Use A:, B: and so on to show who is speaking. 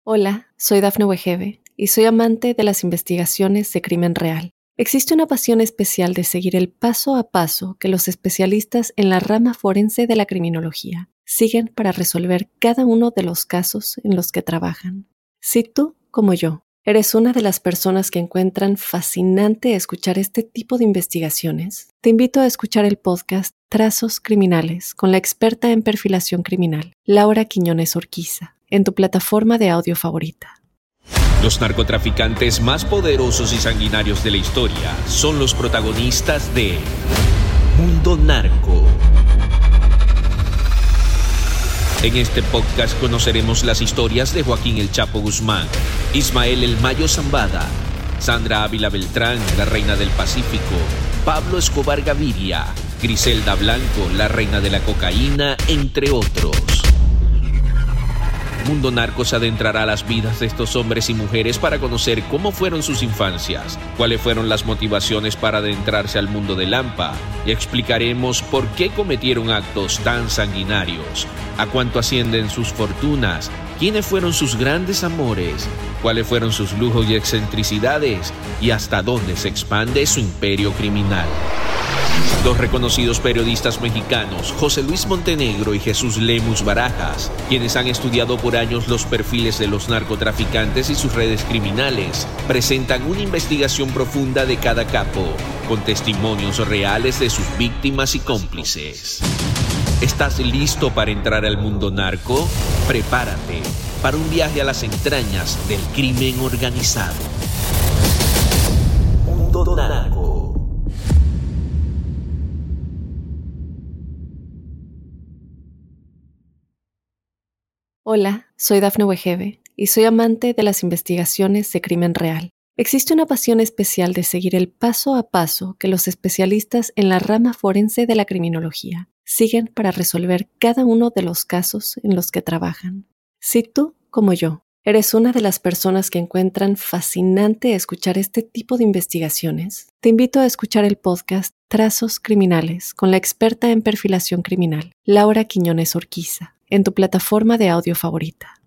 A: Hola, soy Dafne Wegebe y soy amante de las investigaciones de crimen real. Existe una pasión especial de seguir el paso a paso que los especialistas en la rama forense de la criminología siguen para resolver cada uno de los casos en los que trabajan. Si tú, como yo, eres una de las personas que encuentran fascinante escuchar este tipo de investigaciones, te invito a escuchar el podcast Trazos Criminales con la experta en perfilación criminal, Laura Quiñones Orquiza, en tu plataforma de audio favorita.
B: Los narcotraficantes más poderosos y sanguinarios de la historia son los protagonistas de Mundo Narco. En este podcast conoceremos las historias de Joaquín El Chapo Guzmán, Ismael El Mayo Zambada, Sandra Ávila Beltrán, la reina del Pacífico, Pablo Escobar Gaviria, Griselda Blanco, la reina de la cocaína, entre otros. Mundo Narco se adentrará a las vidas de estos hombres y mujeres para conocer cómo fueron sus infancias, cuáles fueron las motivaciones para adentrarse al mundo del AMPA, y explicaremos por qué cometieron actos tan sanguinarios, a cuánto ascienden sus fortunas, quiénes fueron sus grandes amores, cuáles fueron sus lujos y excentricidades, y hasta dónde se expande su imperio criminal. Dos reconocidos periodistas mexicanos, José Luis Montenegro y Jesús Lemus Barajas, quienes han estudiado por años los perfiles de los narcotraficantes y sus redes criminales, presentan una investigación profunda de cada capo, con testimonios reales de sus víctimas y cómplices. ¿Estás listo para entrar al mundo narco? Prepárate para un viaje a las entrañas del crimen organizado. Mundo Narco.
A: Hola, soy Dafne Wegebe y soy amante de las investigaciones de crimen real. Existe una pasión especial de seguir el paso a paso que los especialistas en la rama forense de la criminología siguen para resolver cada uno de los casos en los que trabajan. Si tú, como yo, eres una de las personas que encuentran fascinante escuchar este tipo de investigaciones, te invito a escuchar el podcast Trazos Criminales con la experta en perfilación criminal, Laura Quiñones Orquiza, en tu plataforma de audio favorita.